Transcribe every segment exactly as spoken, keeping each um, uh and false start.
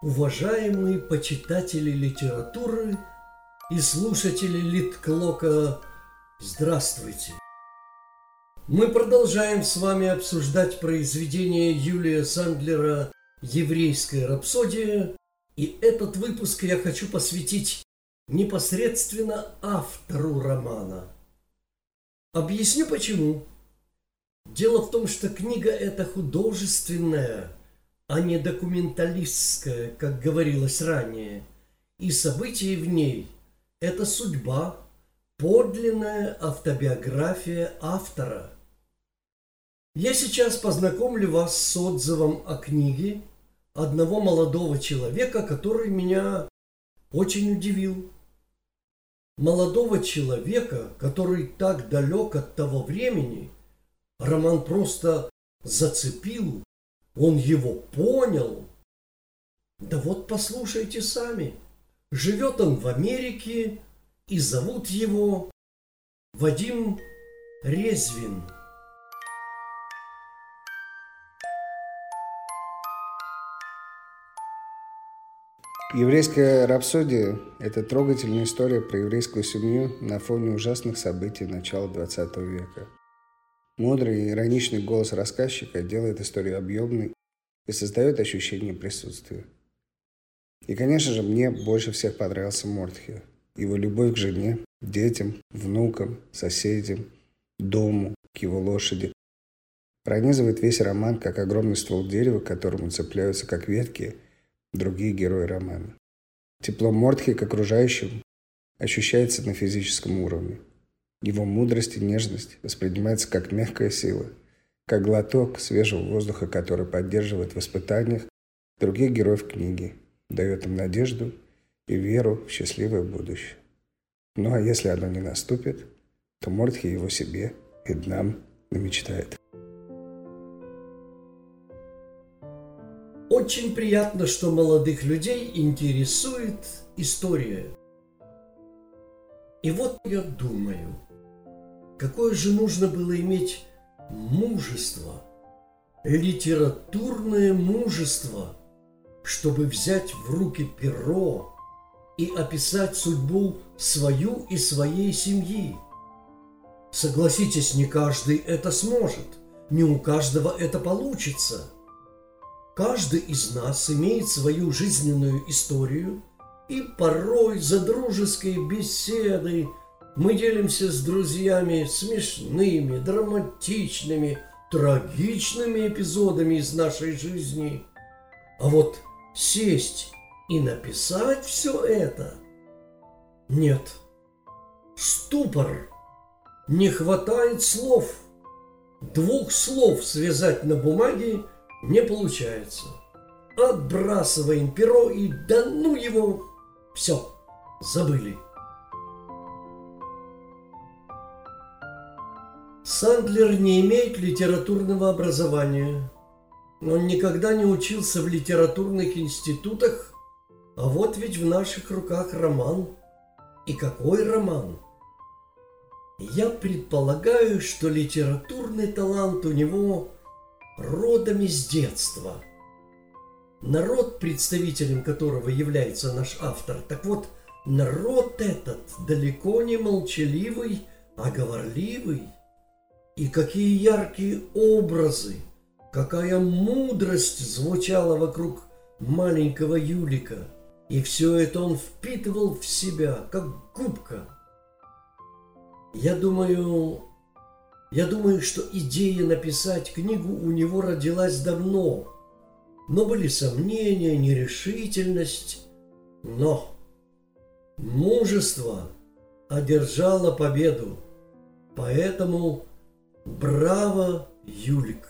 Уважаемые почитатели литературы и слушатели Литклока, здравствуйте! Мы продолжаем с вами обсуждать произведение Юлия Сандлера «Еврейская рапсодия», и этот выпуск я хочу посвятить непосредственно автору романа. Объясню почему. Дело в том, что книга эта художественная, а не документалистская, как говорилось ранее, и события в ней – это судьба, подлинная автобиография автора. Я сейчас познакомлю вас с отзывом о книге одного молодого человека, который меня очень удивил. Молодого человека, который так далек от того времени, роман просто зацепил. Он его понял. Да вот послушайте сами. Живет он в Америке, и зовут его Вадим Резвин. «Еврейская рапсодия» – это трогательная история про еврейскую семью на фоне ужасных событий начала двадцатого века. Мудрый и ироничный голос рассказчика делает историю объемной и создает ощущение присутствия. И, конечно же, мне больше всех понравился Мордхи. Его любовь к жене, детям, внукам, соседям, дому, к его лошади пронизывает весь роман, как огромный ствол дерева, к которому цепляются, как ветки, другие герои романа. Тепло Мордхи к окружающим ощущается на физическом уровне. Его мудрость и нежность воспринимается как мягкая сила, как глоток свежего воздуха, который поддерживает в испытаниях других героев книги, дает им надежду и веру в счастливое будущее. Ну а если оно не наступит, то Мордхи его себе и нам намечтает. Очень приятно, что молодых людей интересует история. И вот я думаю, какое же нужно было иметь мужество, литературное мужество, чтобы взять в руки перо и описать судьбу свою и своей семьи. Согласитесь, не каждый это сможет, не у каждого это получится. Каждый из нас имеет свою жизненную историю, и порой за дружеской беседой мы делимся с друзьями смешными, драматичными, трагичными эпизодами из нашей жизни. А вот сесть и написать все это? Нет. Ступор. Не хватает слов. Двух слов связать на бумаге не получается. Отбрасываем перо и да ну его, все, забыли. Сандлер не имеет литературного образования. Он никогда не учился в литературных институтах, а вот ведь в наших руках роман. И какой роман? Я предполагаю, что литературный талант у него родом из детства. Народ, представителем которого является наш автор, так вот, народ этот далеко не молчаливый, а говорливый. И какие яркие образы, какая мудрость звучала вокруг маленького Юлика. И все это он впитывал в себя, как губка. Я думаю, я думаю, что идея написать книгу у него родилась давно. Но были сомнения, нерешительность. Но мужество одержало победу. Поэтому браво, Юлик!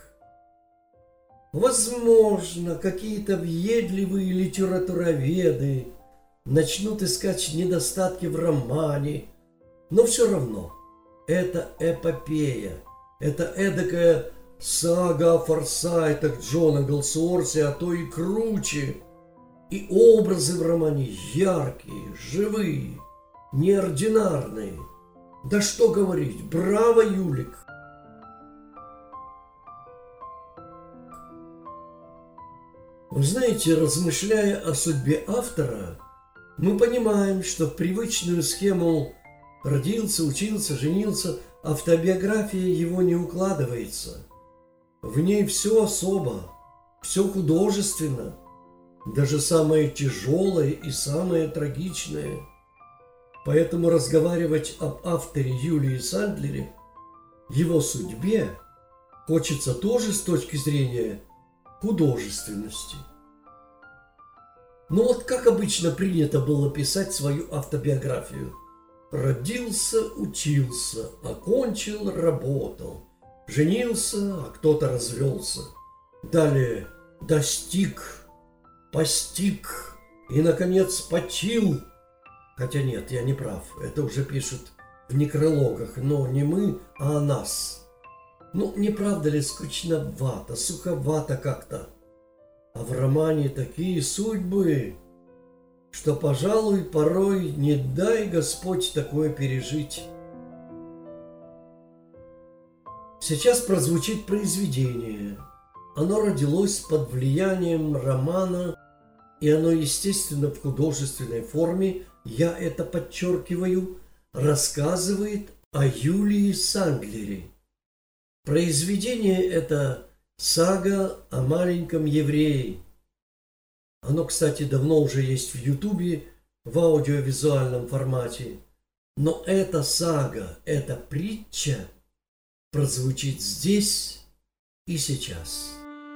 Возможно, какие-то въедливые литературоведы начнут искать недостатки в романе, но все равно это эпопея, это эдакая сага о форсайтах Джона Голсуорси, а то и круче. И образы в романе яркие, живые, неординарные. Да что говорить, браво, Юлик! Вы знаете, размышляя о судьбе автора, мы понимаем, что в привычную схему родился, учился, женился, автобиография его не укладывается. В ней все особо, все художественно, даже самое тяжелое и самое трагичное. Поэтому разговаривать об авторе Юлии Сандлере, его судьбе, хочется тоже с точки зрения художественности. Но вот как обычно принято было писать свою автобиографию. Родился, учился, окончил, работал, женился, а кто-то развелся. Далее достиг, постиг и, наконец, почил. Хотя нет, я не прав, это уже пишут в некрологах, но не мы, а о нас. Ну, не правда ли скучновато, суховато как-то? А в романе такие судьбы, что, пожалуй, порой не дай Господь такое пережить. Сейчас прозвучит произведение. Оно родилось под влиянием романа, и оно, естественно, в художественной форме, я это подчеркиваю, рассказывает о Юлии Сандлере. Произведение это сага о маленьком еврее. Оно, кстати, давно уже есть в Ютубе в аудиовизуальном формате. Но эта сага, эта притча прозвучит здесь и сейчас.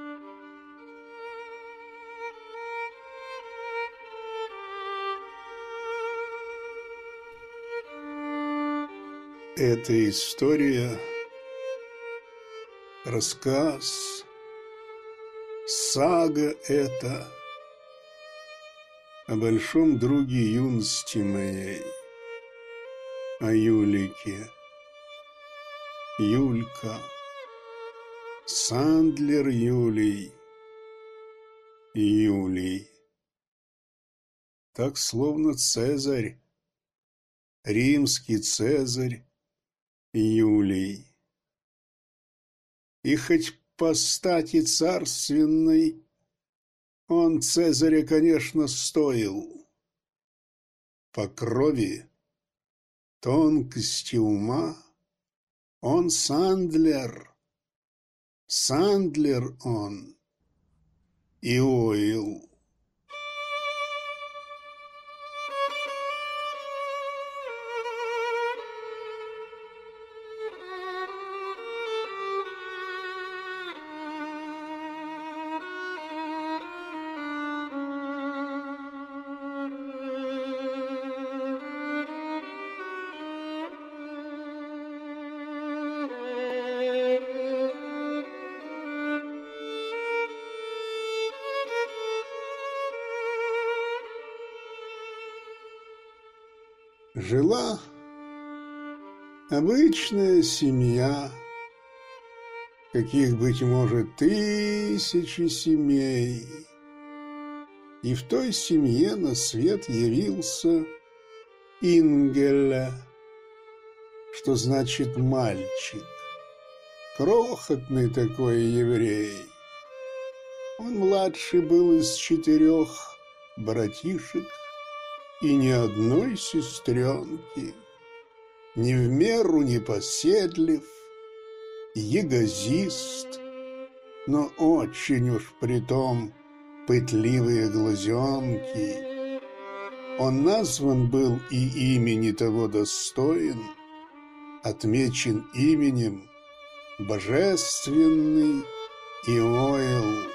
Эта история, рассказ, сага эта о большом друге юности моей, о Юлике. Юлька, Сандлер Юлий, Юлий. Так словно Цезарь, римский Цезарь Юлий. И хоть по стати царственной он Цезаря, конечно, стоил, по крови, тонкости ума он Сандлер, Сандлер он, Иоил. Жила обычная семья, каких, быть может, тысячи семей. И в той семье на свет явился Ингеля, что значит мальчик, крохотный такой еврей. Он младший был из четырех братишек, и ни одной сестренки, ни в меру непоседлив, ягозист, но очень уж притом пытливые глазенки. Он назван был и имени того достоин, отмечен именем божественный Иоил.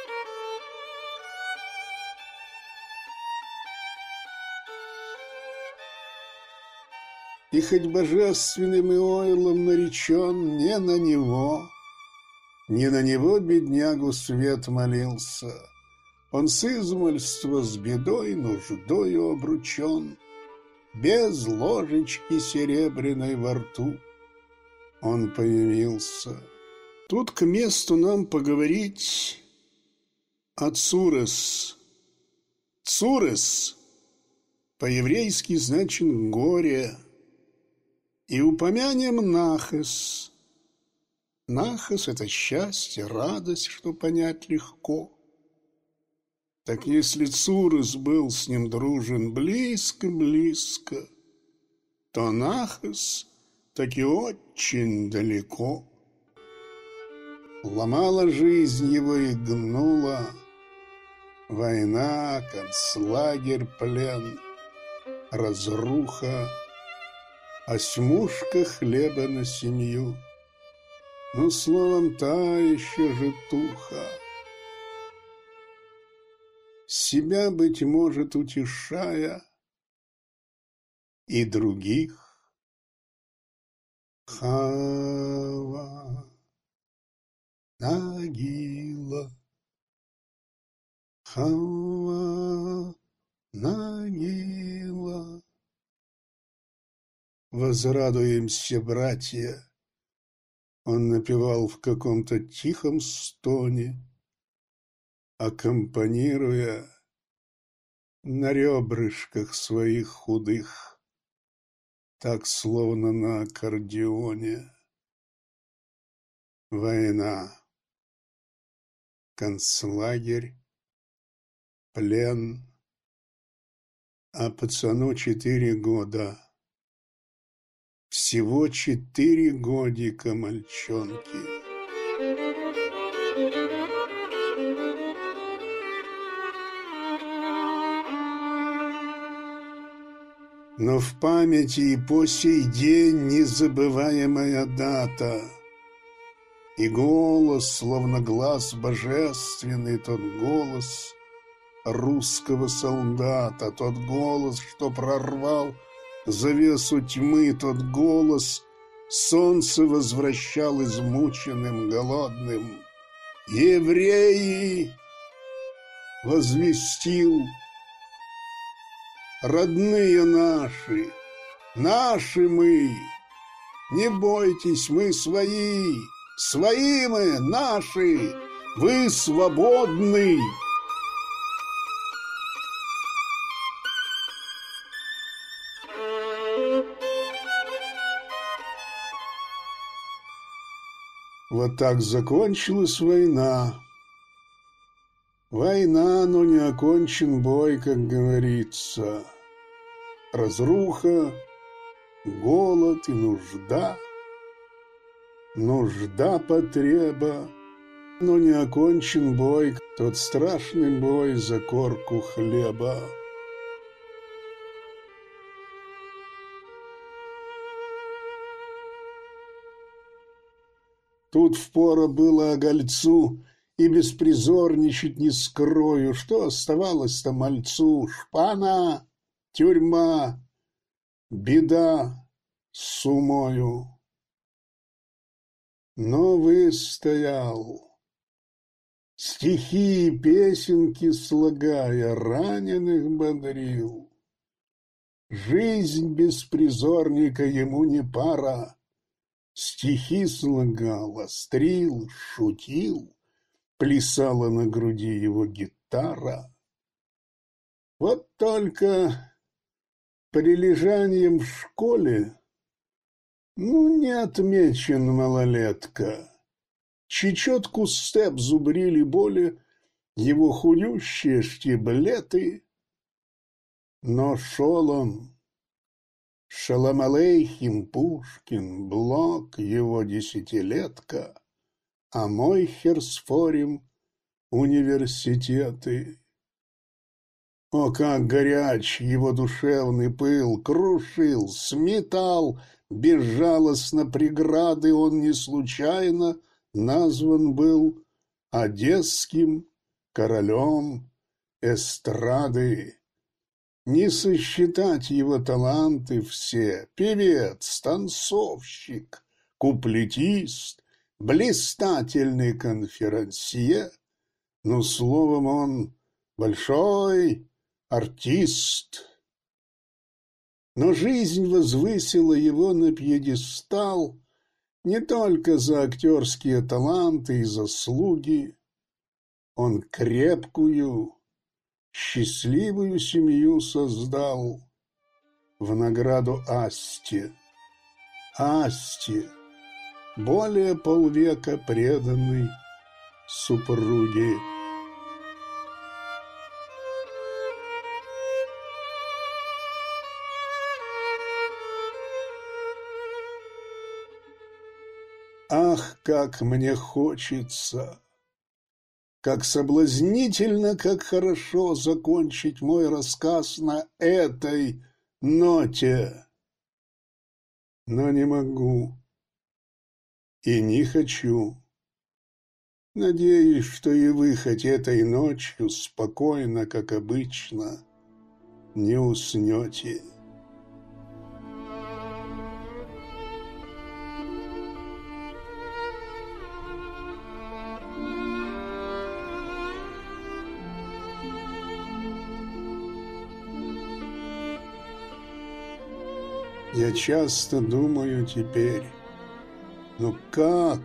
И хоть божественным Иоилом наречен не на него, не на него беднягу свет молился. Он с измольства с бедой, нуждою обручен, без ложечки серебряной во рту он появился. Тут к месту нам поговорить о Цурес. Цурес по-еврейски значит «горе». И упомянем Нахес. Нахес — это счастье, радость, что понять легко. Так если Цурус был с ним дружен близко-близко, то Нахас таки очень далеко. Ломала жизнь его и гнула война, концлагерь, плен, разруха, осьмушка хлеба на семью. Ну, словом, та еще житуха. Себя, быть может, утешая, и других. Хава Нагила, Хава Нагила. Возрадуемся, братья, он напевал в каком-то тихом стоне, аккомпанируя на ребрышках своих худых, так словно на аккордеоне. Война, концлагерь, плен, а пацану четыре года. Всего четыре годика мальчонки. Но в памяти и по сей день незабываемая дата. И голос, словно глаз божественный, тот голос русского солдата, тот голос, что прорвал завесу тьмы, тот голос солнце возвращал измученным, голодным. «Евреи!» возвестил. «Родные наши, наши мы! Не бойтесь, мы свои! Свои мы, наши! Вы свободны!» Вот так закончилась война. Война, но не окончен бой, как говорится. Разруха, голод и нужда. Нужда потреба, но не окончен бой, тот страшный бой за корку хлеба. Тут впора было огольцу и беспризорничать не скрою. Что оставалось-то мальцу? Шпана, тюрьма, беда с умою. Но выстоял, стихи и песенки слагая, раненых бодрил. Жизнь беспризорника ему не пара. Стихи слагал, острил, шутил, плясала на груди его гитара. Вот только прилежанием в школе, ну, не отмечен малолетка. Чечетку степ зубрили боли его худющие штиблеты. Но шел он, Шалом алейхим, Пушкин, Блок, его десятилетка, а мой херсфорим университеты. О, как горяч его душевный пыл, крушил, сметал, безжалостно преграды, он не случайно назван был одесским королем эстрады. Не сосчитать его таланты все: певец, танцовщик, куплетист, блистательный конферансье. Ну, словом, он большой артист. Но жизнь возвысила его на пьедестал не только за актерские таланты и заслуги. Он крепкую, счастливую семью создал в награду Асте. Асте, более полвека преданной супруге. как мне хочется, как соблазнительно, как хорошо закончить мой рассказ на этой ноте. Но не могу и не хочу. Надеюсь, что и вы хоть этой ночью спокойно, как обычно, не уснете. Я часто думаю теперь, ну как,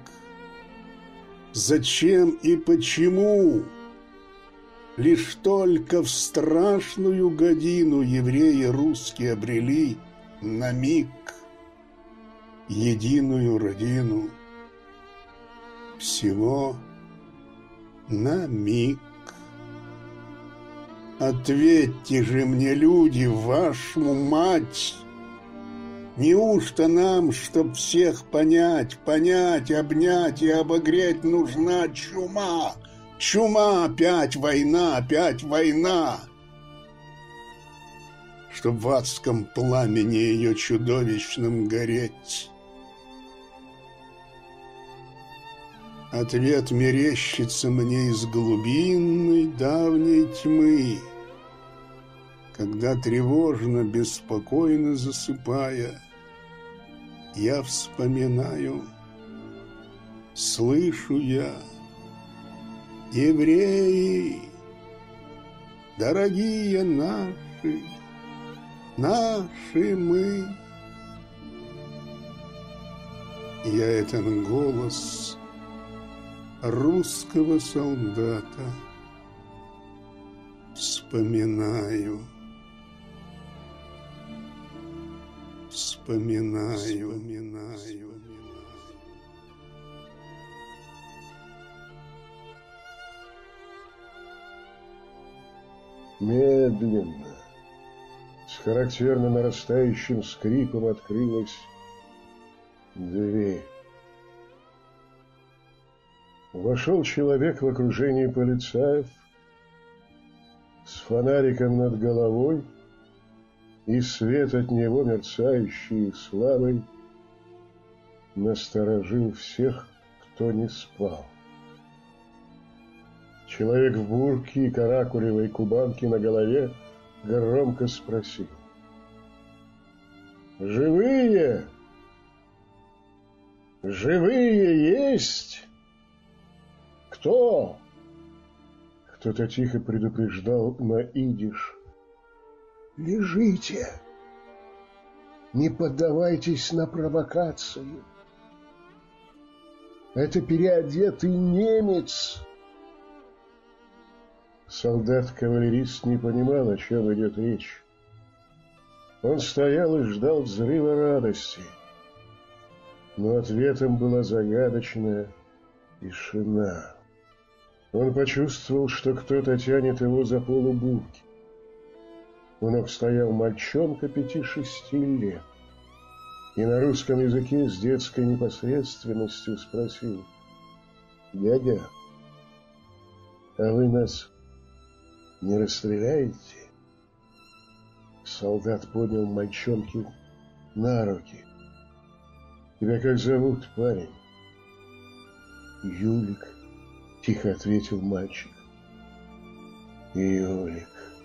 зачем и почему лишь только в страшную годину евреи русские обрели на миг единую родину. Всего на миг. Ответьте же мне, люди, вашу мать! Неужто нам, чтоб всех понять, понять, обнять и обогреть, нужна чума? Чума, опять война, опять война! Чтоб в адском пламени ее чудовищном гореть. Ответ мерещится мне из глубинной давней тьмы, когда тревожно, беспокойно засыпая, я вспоминаю, слышу я: евреи, дорогие наши, наши мы. Я этот голос русского солдата вспоминаю. Вспоминаю, вспоминаю. Медленно, с характерно нарастающим скрипом открылась дверь. Вошел человек в окружении полицаев с фонариком над головой, и свет от него, мерцающий и слабый, насторожил всех, кто не спал. Человек в бурке и каракулевой кубанке на голове громко спросил: «Живые? Живые есть? Кто?» Кто-то тихо предупреждал на идиш: «Лежите, не поддавайтесь на провокацию. Это переодетый немец». Солдат-кавалерист не понимал, о чем идет речь. Он стоял и ждал взрыва радости, но ответом была загадочная тишина. Он почувствовал, что кто-то тянет его за полу бурки. У ног стоял мальчонка пяти-шести лет и на русском языке с детской непосредственностью спросил: «Дядя, а вы нас не расстреляете?» Солдат поднял мальчонку на руки. «Тебя как зовут, парень?» «Юлик», — тихо ответил мальчик. «Юлик,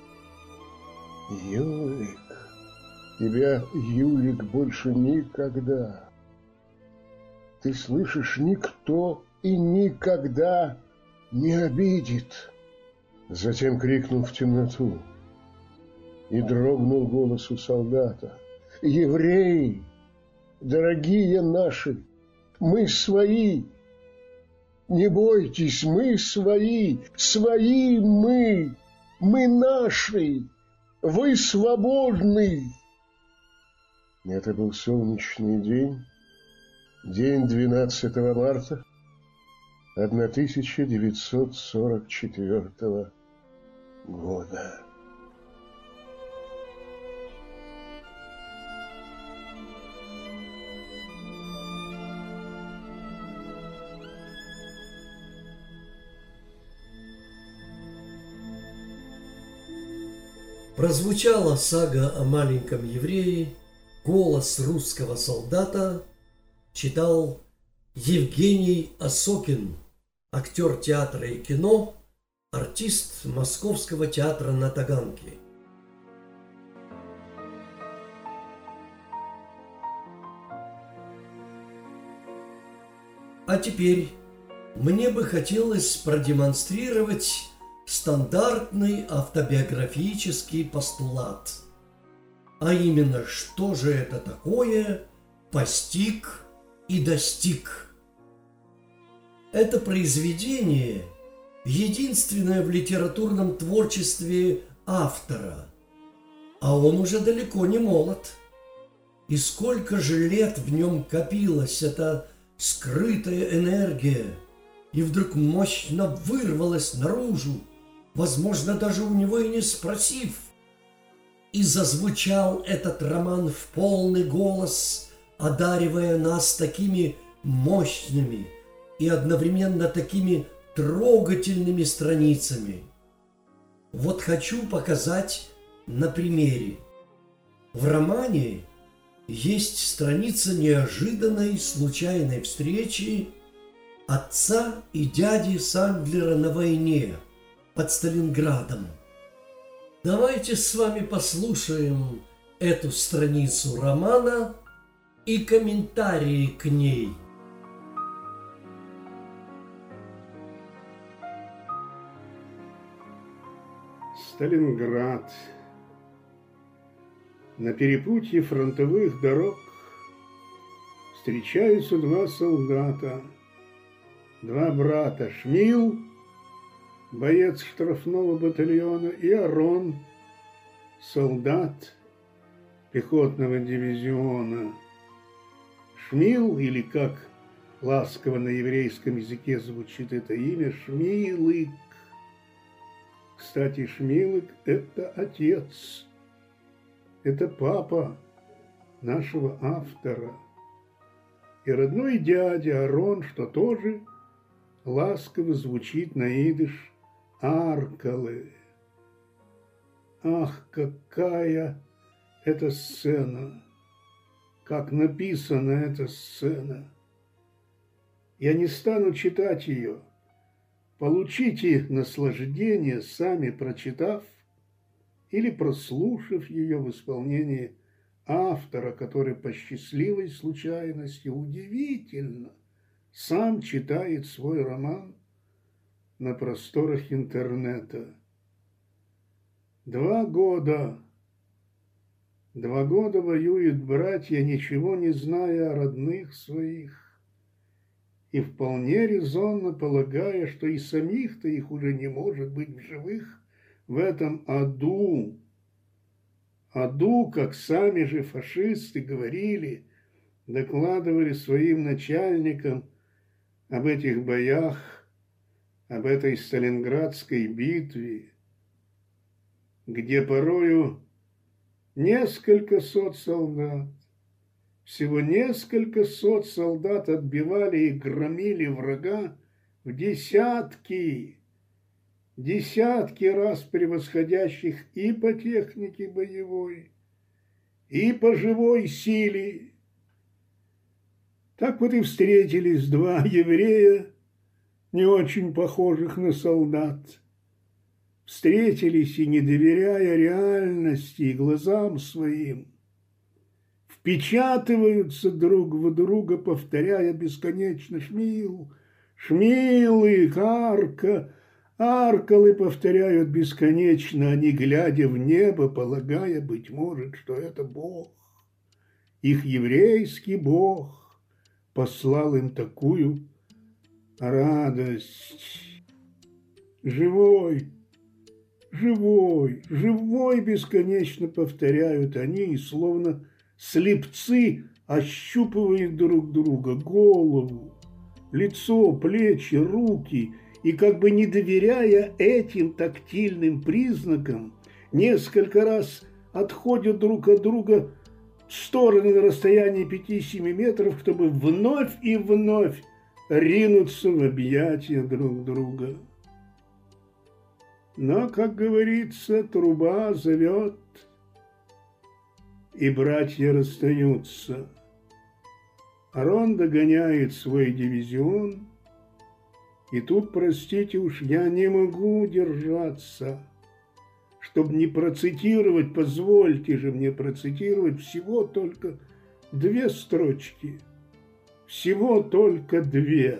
Юлик, тебя, Юлик, больше никогда, ты слышишь, никто и никогда не обидит». Затем крикнул в темноту, и дрогнул голос у солдата: «Евреи, дорогие наши, мы свои! Не бойтесь, мы свои, свои мы, мы наши, вы свободны!» Это был солнечный день, день двенадцатого марта тысяча девятьсот сорок четвёртого года. прозвучала сага о маленьком еврее, голос русского солдата читал Евгений Осокин, актер театра и кино, артист Московского театра на Таганке. А теперь мне бы хотелось продемонстрировать стандартный автобиографический постулат. А именно, что же это такое постиг и достиг? Это произведение единственное в литературном творчестве автора, а он уже далеко не молод. И сколько же лет в нем копилась эта скрытая энергия, и вдруг мощно вырвалась наружу, возможно, даже у него и не спросив. И зазвучал этот роман в полный голос, одаривая нас такими мощными и одновременно такими трогательными страницами. Вот хочу показать на примере. В романе есть страница неожиданной случайной встречи отца и дяди Сандлера на войне под Сталинградом. Давайте с вами послушаем эту страницу романа и комментарии к ней. Сталинград. На перепутье фронтовых дорог встречаются два солдата, два брата: Шмил, боец штрафного батальона, и Арон, солдат пехотного дивизиона. Шмил, или как ласково на еврейском языке звучит это имя, Шмилык. Кстати, Шмилык – это отец, это папа нашего автора. И родной дядя Арон, что тоже ласково звучит на идиш Аркалы. Ах, какая это сцена! Как написана эта сцена! Я не стану читать ее. Получите наслаждение, сами прочитав или прослушав ее в исполнении автора, который по счастливой случайности удивительно сам читает свой роман на просторах интернета. Два года, два года воюют братья, ничего не зная о родных своих, и вполне резонно полагая, что и самих-то их уже не может быть в живых в этом аду. Аду, как сами же фашисты говорили, докладывали своим начальникам об этих боях, об этой Сталинградской битве, где порою несколько сот солдат, всего несколько сот солдат отбивали и громили врага в десятки, десятки раз превосходящих и по технике боевой, и по живой силе. Так вот и встретились два еврея, не очень похожих на солдат. Встретились и, не доверяя реальности и глазам своим, впечатываются друг в друга, повторяя бесконечно «Шмил, Шмилык, Арка». Аркалы повторяют бесконечно, они, глядя в небо, полагая, быть может, что это Бог. Их еврейский Бог послал им такую радость. Живой, живой, живой бесконечно повторяют они, и словно слепцы ощупывают друг друга, голову, лицо, плечи, руки, и как бы не доверяя этим тактильным признакам, несколько раз отходят друг от друга в стороны на расстоянии пяти-семи метров, чтобы вновь и вновь ринуться в объятия друг друга. Но, как говорится, труба зовет, и братья расстаются. Арон догоняет свой дивизион, и тут, простите уж, я не могу удержаться, чтобы не процитировать, позвольте же мне процитировать всего только две строчки. Всего только две.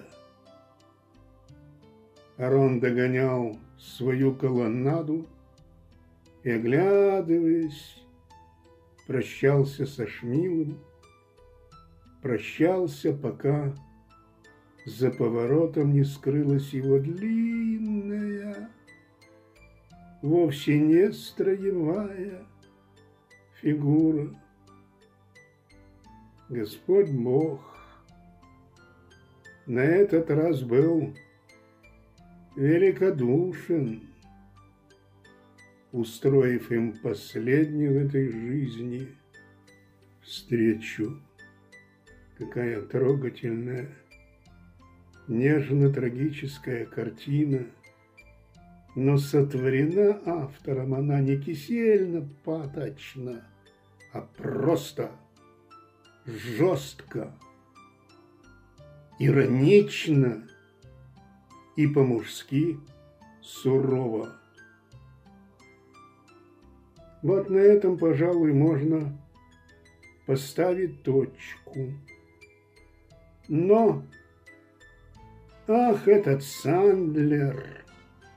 Арон догонял свою колоннаду и, оглядываясь, прощался со Шмилом, прощался, пока за поворотом не скрылась его длинная, вовсе не строевая фигура. Господь Бог на этот раз был великодушен, устроив им последнюю в этой жизни встречу. Какая трогательная, нежно-трагическая картина, но сотворена автором она не кисельно-паточно, а просто жестко, иронично и по-мужски сурово. Вот на этом, пожалуй, можно поставить точку. Но, ах, этот Сандлер,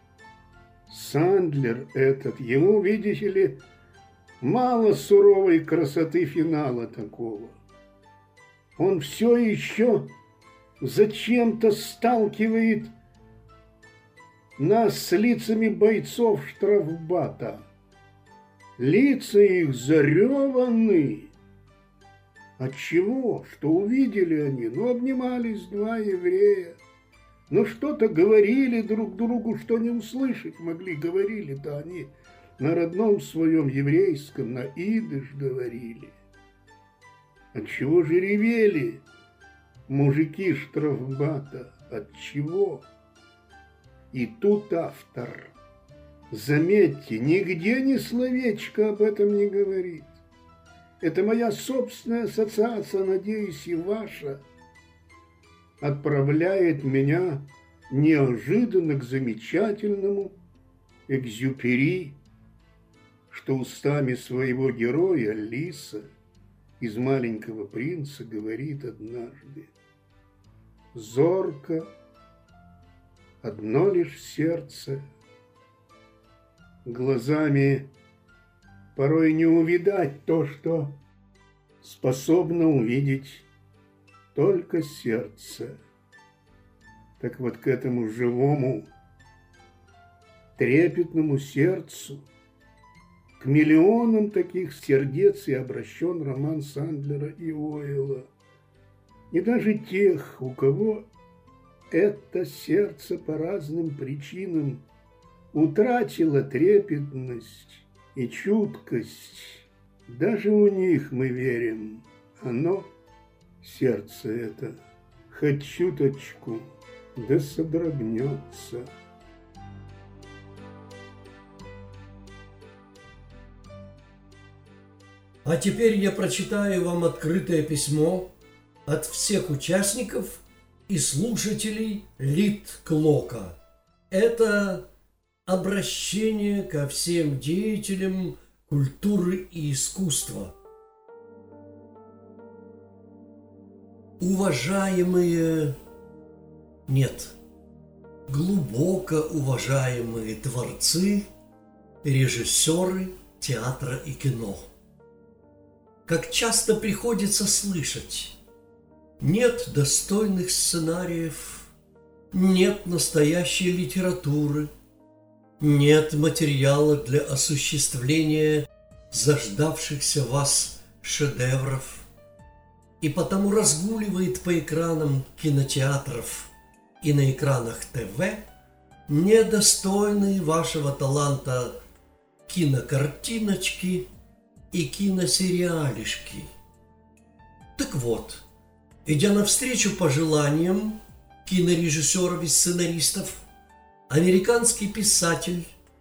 Сандлер этот, ему, видите ли, мало суровой красоты финала такого. Он все еще зачем-то сталкивает нас с лицами бойцов штрафбата. Лица их зареваны. Отчего? Что увидели они? Ну, обнимались два еврея. Ну, что-то говорили друг другу, что не услышать могли. Говорили-то они на родном своем еврейском, на идыш говорили. Отчего же ревели мужики штрафбата? Отчего? И тут автор, заметьте, нигде ни словечко об этом не говорит. Это моя собственная ассоциация, надеюсь, и ваша, отправляет меня неожиданно к замечательному Экзюпери, что устами своего героя Лиса из «Маленького принца» говорит однажды: зорко одно лишь сердце, глазами порой не увидать то, что способно увидеть только сердце. Так вот, к этому живому, трепетному сердцу, к миллионам таких сердец и обращен роман Сандлера и Уэлла. И даже тех, у кого это сердце по разным причинам утратило трепетность и чуткость, даже у них мы верим, оно, сердце это, хоть чуточку, да содрогнется. А теперь я прочитаю вам открытое письмо от всех участников и слушателей Литклока. Это обращение ко всем деятелям культуры и искусства. Уважаемые, нет, глубоко уважаемые творцы, режиссеры театра и кино. Как часто приходится слышать: нет достойных сценариев, нет настоящей литературы, нет материала для осуществления заждавшихся вас шедевров, и потому разгуливает по экранам кинотеатров и на экранах ТВ недостойные вашего таланта кинокартиночки и киносериалишки. Так вот, идя навстречу пожеланиям кинорежиссеров и сценаристов, американский писатель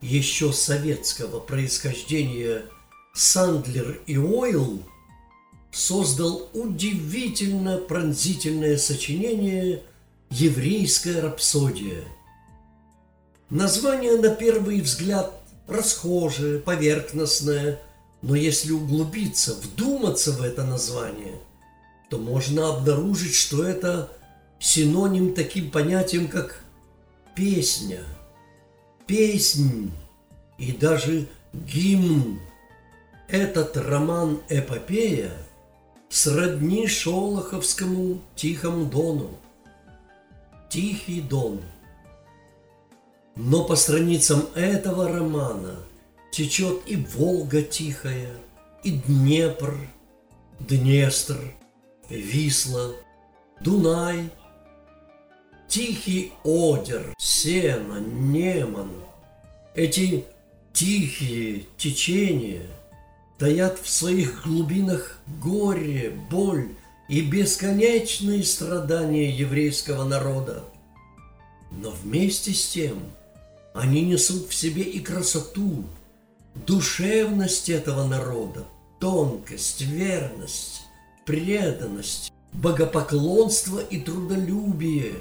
еще советского происхождения Сандлер и Ойл создал удивительно пронзительное сочинение «Еврейская рапсодия». Название, на первый взгляд, расхожее, поверхностное, но если углубиться, вдуматься в это название, то можно обнаружить, что это синоним таким понятиям, как песня, песнь и даже гимн. Этот роман-эпопея сродни шолоховскому Тихому Дону. Тихий Дон. Но по страницам этого романа течет и Волга Тихая, и Днепр, Днестр, Висла, Дунай, Тихий Одер, Сена, Неман. Эти тихие течения таят в своих глубинах горе, боль и бесконечные страдания еврейского народа. Но вместе с тем они несут в себе и красоту, душевность этого народа, тонкость, верность, преданность, богопоклонство и трудолюбие.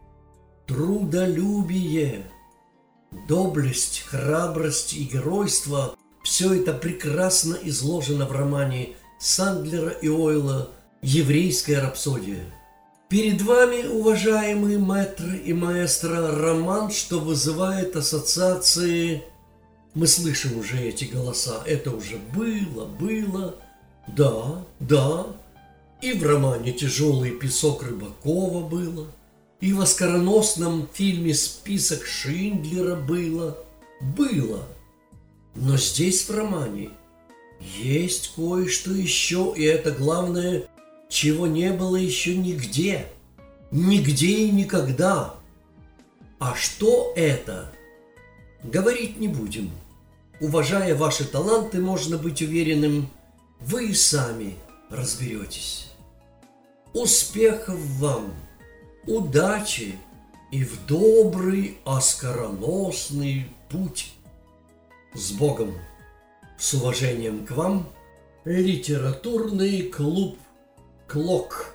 Трудолюбие, доблесть, храбрость и геройство – все это прекрасно изложено в романе Сандлера и Ойла «Еврейская рапсодия». Перед вами, уважаемые мэтры и маэстро, роман, что вызывает ассоциации. Мы слышим уже эти голоса. Это уже было, было. Да, да. И в романе «Тяжелый песок» Рыбакова было. И в оскароносном фильме «Список Шиндлера» было. Было. Но здесь в романе есть кое-что еще, и это главное, чего не было еще нигде, нигде и никогда. А что это? Говорить не будем. Уважая ваши таланты, можно быть уверенным, вы и сами разберетесь. Успехов вам, удачи и в добрый оскароносный путь. С Богом! С уважением к вам, литературный клуб «Клок».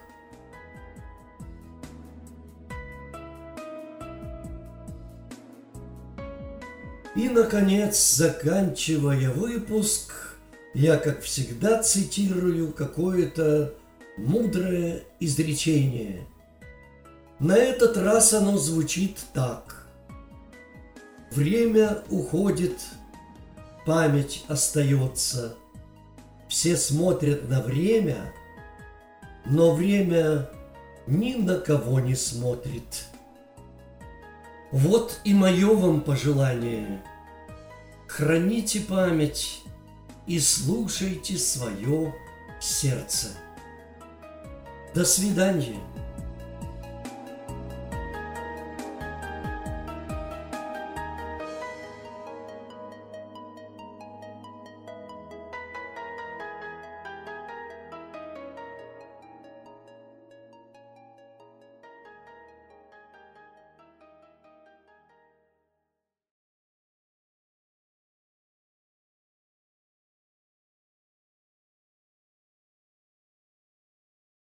И, наконец, заканчивая выпуск, я, как всегда, цитирую какое-то мудрое изречение. На этот раз оно звучит так. Время уходит, память остается. Все смотрят на время, но время ни на кого не смотрит. Вот и мое вам пожелание. Храните память и слушайте свое сердце. До свидания.